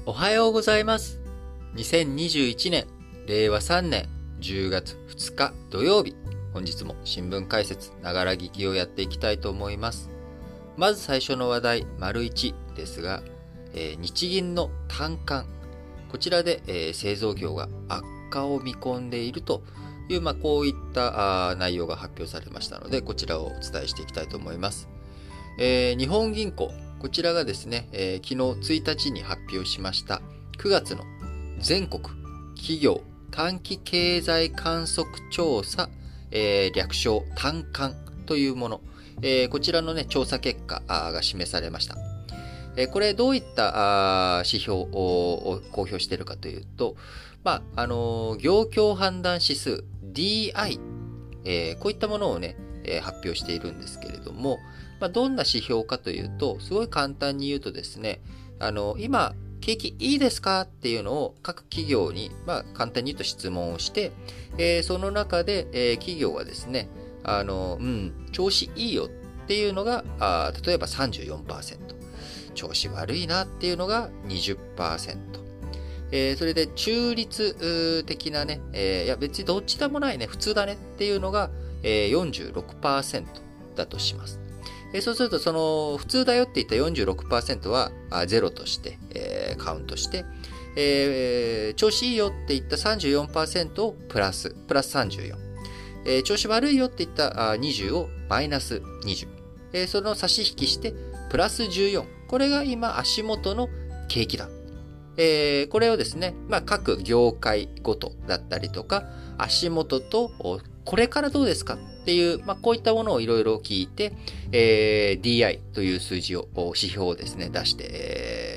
おはようございます。2021年、令和3年10月2日土曜日、本日も新聞解説、ながら聞きをやっていきたいと思います。まず最初の話題、丸1ですが、日銀の短観、こちらで、製造業が悪化を見込んでいるという、こういった内容が発表されましたので、こちらをお伝えしていきたいと思います。日本銀行、こちらがですね、昨日1日に発表しました9月の全国企業短期経済観測調査、略称短観というもの、こちらのね、調査結果が示されました。これどういった指標を公表しているかというと、業況判断指数 DI、こういったものをね、発表しているんですけれども、どんな指標かというと、すごい簡単に言うとですね、今、景気いいですかっていうのを各企業に、簡単に言うと質問をして、その中で、企業がですね、調子いいよっていうのが、例えば 34%、調子悪いなっていうのが 20%、それで中立的なね、いや別にどっちでもないね、普通だねっていうのが、46% だとします。そうすると、その、普通だよって言った 46% は0として、カウントして、調子いいよって言った 34% をプラス34。調子悪いよって言った20をマイナス20。その差し引きして、プラス14。これが今足元の景気だ。これをですね、各業界ごとだったりとか、足元と、これからどうですかっていう、こういったものをいろいろ聞いて、DI という数字を、指標をですね、出して、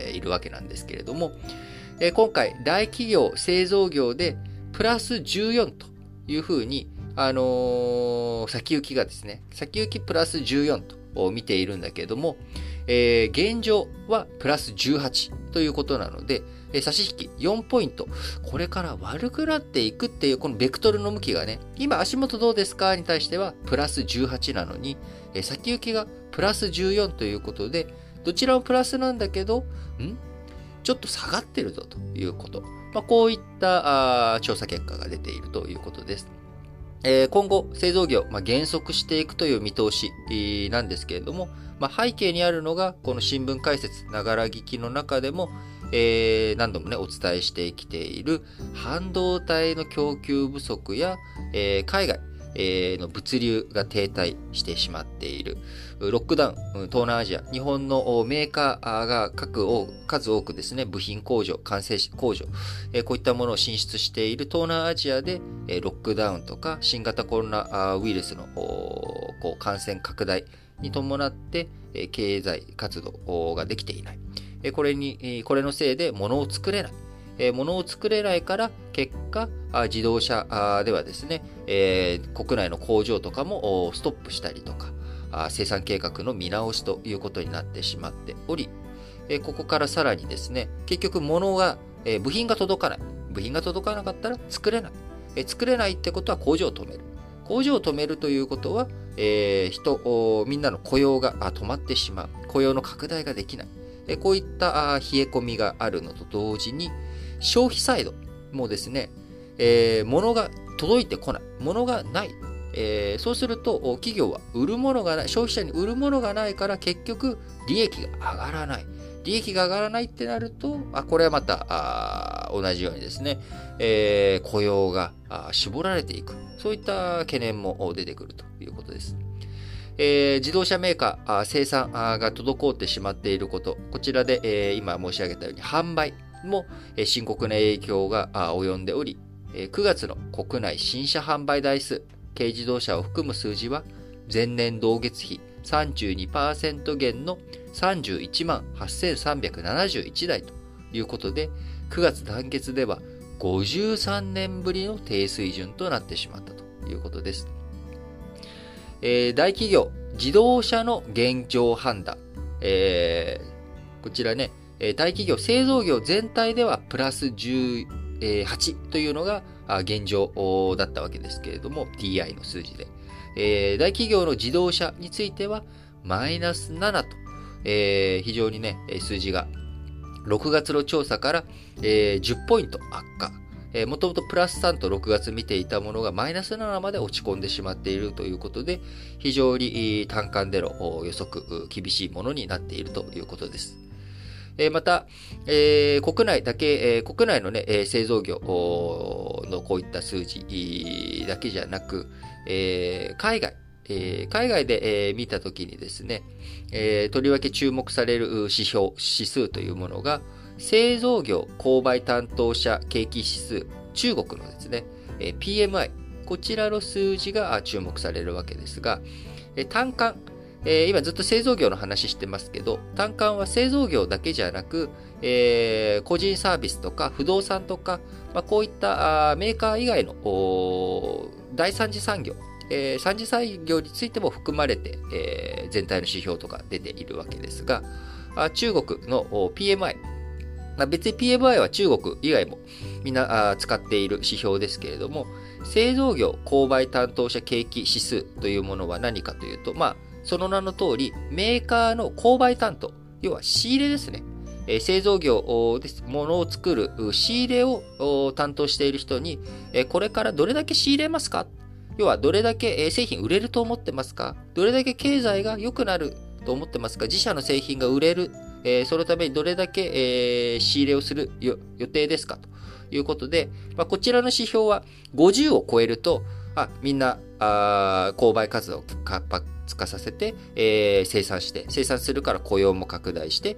いるわけなんですけれども、今回、大企業、製造業で、プラス14というふうに、先行きがですね、先行きプラス14と見ているんだけれども、現状はプラス18ということなので、差し引き4ポイント。これから悪くなっていくっていう、このベクトルの向きがね、今足元どうですかに対してはプラス18なのに、先行きがプラス14ということで、どちらもプラスなんだけど、ちょっと下がってるぞということ。こういった調査結果が出ているということです。今後、製造業、減速していくという見通しなんですけれども、背景にあるのが、この新聞解説、ながら聞きの中でも、何度もね、お伝えしてきている半導体の供給不足や、海外の物流が停滞してしまっている。ロックダウン、東南アジア、日本のメーカーが数多くですね、部品工場、完成工場、こういったものを進出している東南アジアで、ロックダウンとか新型コロナウイルスの感染拡大に伴って、経済活動ができていない。これのせいで物を作れない。物を作れないから結果、自動車ではですね、国内の工場とかもストップしたりとか、生産計画の見直しということになってしまっており、ここからさらにですね、結局部品が届かない。部品が届かなかったら作れない。作れないってことは工場を止める。工場を止めるということは、みんなの雇用が止まってしまう。雇用の拡大ができない。こういった冷え込みがあるのと同時に、消費サイドもですね、物が届いてこない。物がない。そうすると、企業は売るものがない。消費者に売るものがないから結局、利益が上がらない。利益が上がらないってなると、これはまた、同じようにですね、雇用が絞られていく。そういった懸念も出てくるということです。自動車メーカー、生産が滞ってしまっていること、こちらで、今申し上げたように販売も深刻な影響が及んでおり、9月の国内新車販売台数、軽自動車を含む数字は前年同月比 32% 減の31万8371台ということで、9月単月では53年ぶりの低水準となってしまったということです。大企業、自動車の現状判断。こちらね、大企業、製造業全体ではプラス18というのが現状だったわけですけれども、TI の数字で。大企業の自動車についてはマイナス7と、非常にね、数字が 6月の調査から、10ポイント悪化。もともとプラス3と6月見ていたものがマイナス7まで落ち込んでしまっているということで、非常に単管での予測、厳しいものになっているということです。また、国内のね、製造業のこういった数字だけじゃなく、海外で見たときにですね、とりわけ注目される指数というものが、製造業購買担当者景気指数、中国のですね、PMI、こちらの数字が注目されるわけですが、単管、今ずっと製造業の話してますけど、単管は製造業だけじゃなく、個人サービスとか不動産とか、こういったメーカー以外の第三次産業、三次産業についても含まれて、全体の指標とか出ているわけですが、中国の PMI、別に PMI は中国以外もみんな使っている指標ですけれども、製造業購買担当者景気指数というものは何かというと、その名の通り、メーカーの購買担当、要は仕入れですね。製造業です。物を作る仕入れを担当している人に、これからどれだけ仕入れますか？要はどれだけ製品売れると思ってますか？どれだけ経済が良くなると思ってますか？自社の製品が売れる。そのためにどれだけ仕入れをする予定ですかということで、こちらの指標は50を超えると、みんな購買活動を活発化させて、生産するから雇用も拡大して、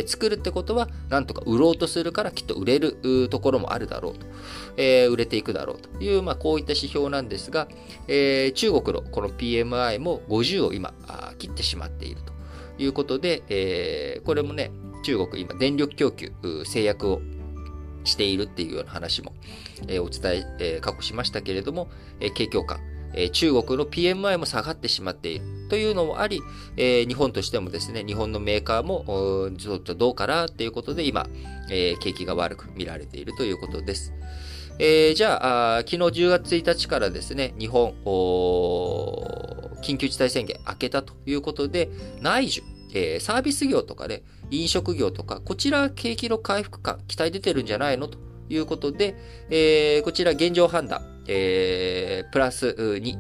作るってことはなんとか売ろうとするからきっと売れるところもあるだろうと、売れていくだろうという、こういった指標なんですが、中国のこの PMI も50を今切ってしまっているということで、これもね、中国今電力供給制約をしているっていうような話も、お伝え、過去しましたけれども、景況感、中国の PMI も下がってしまっているというのもあり、日本としてもですね、日本のメーカーもちょっとどうかなっていうことで今、景気が悪く見られているということです。じゃあ、昨日10月1日からですね、日本、緊急事態宣言明けたということで、内需、サービス業とかね、飲食業とか、こちら景気の回復感、期待出てるんじゃないのということで、こちら現状判断、プラス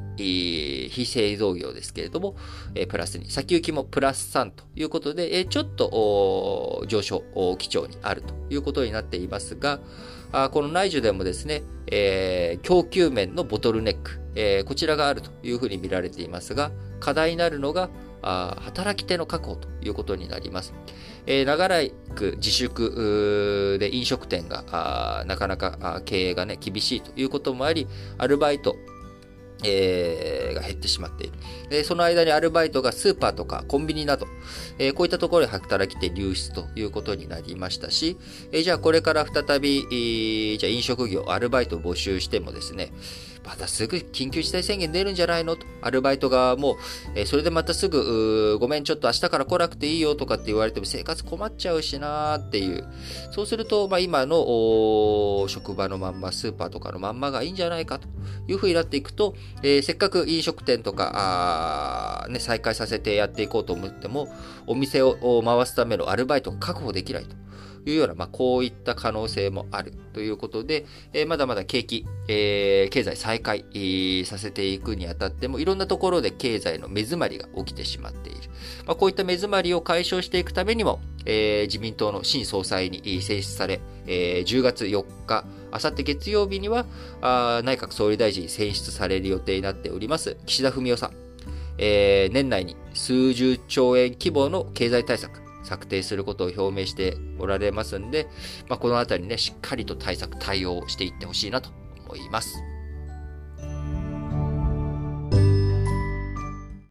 2、非製造業ですけれども、プラス2、先行きもプラス3ということで、ちょっと上昇基調にあるということになっていますが、この内需でもですね、供給面のボトルネック、こちらがあるというふうに見られていますが、課題になるのが働き手の確保ということになります。長らく自粛で飲食店がなかなか経営がね厳しいということもあり、アルバイトが減ってしまっている。その間にアルバイトがスーパーとかコンビニなど、こういったところで働き手流出ということになりましたし、じゃあこれから再び、じゃあ飲食業、アルバイトを募集してもですね、またすぐ緊急事態宣言出るんじゃないのと、アルバイト側も、それでまたすぐ、ごめんちょっと明日から来なくていいよとかって言われても生活困っちゃうしなーっていう。そうすると、今の職場のまんま、スーパーとかのまんまがいいんじゃないかというふうになっていくと、せっかく飲食店とか再開させてやっていこうと思っても、お店を回すためのアルバイトが確保できないというような、こういった可能性もあるということで、まだまだ景気、経済再開、させていくにあたっても、いろんなところで経済の目詰まりが起きてしまっている。こういった目詰まりを解消していくためにも、自民党の新総裁に選出され、10月4日、あさって月曜日には内閣総理大臣選出される予定になっております岸田文雄さん、年内に数十兆円規模の経済対策策定することを表明しておられますんで、このあたりねしっかりと対応していってほしいなと思います。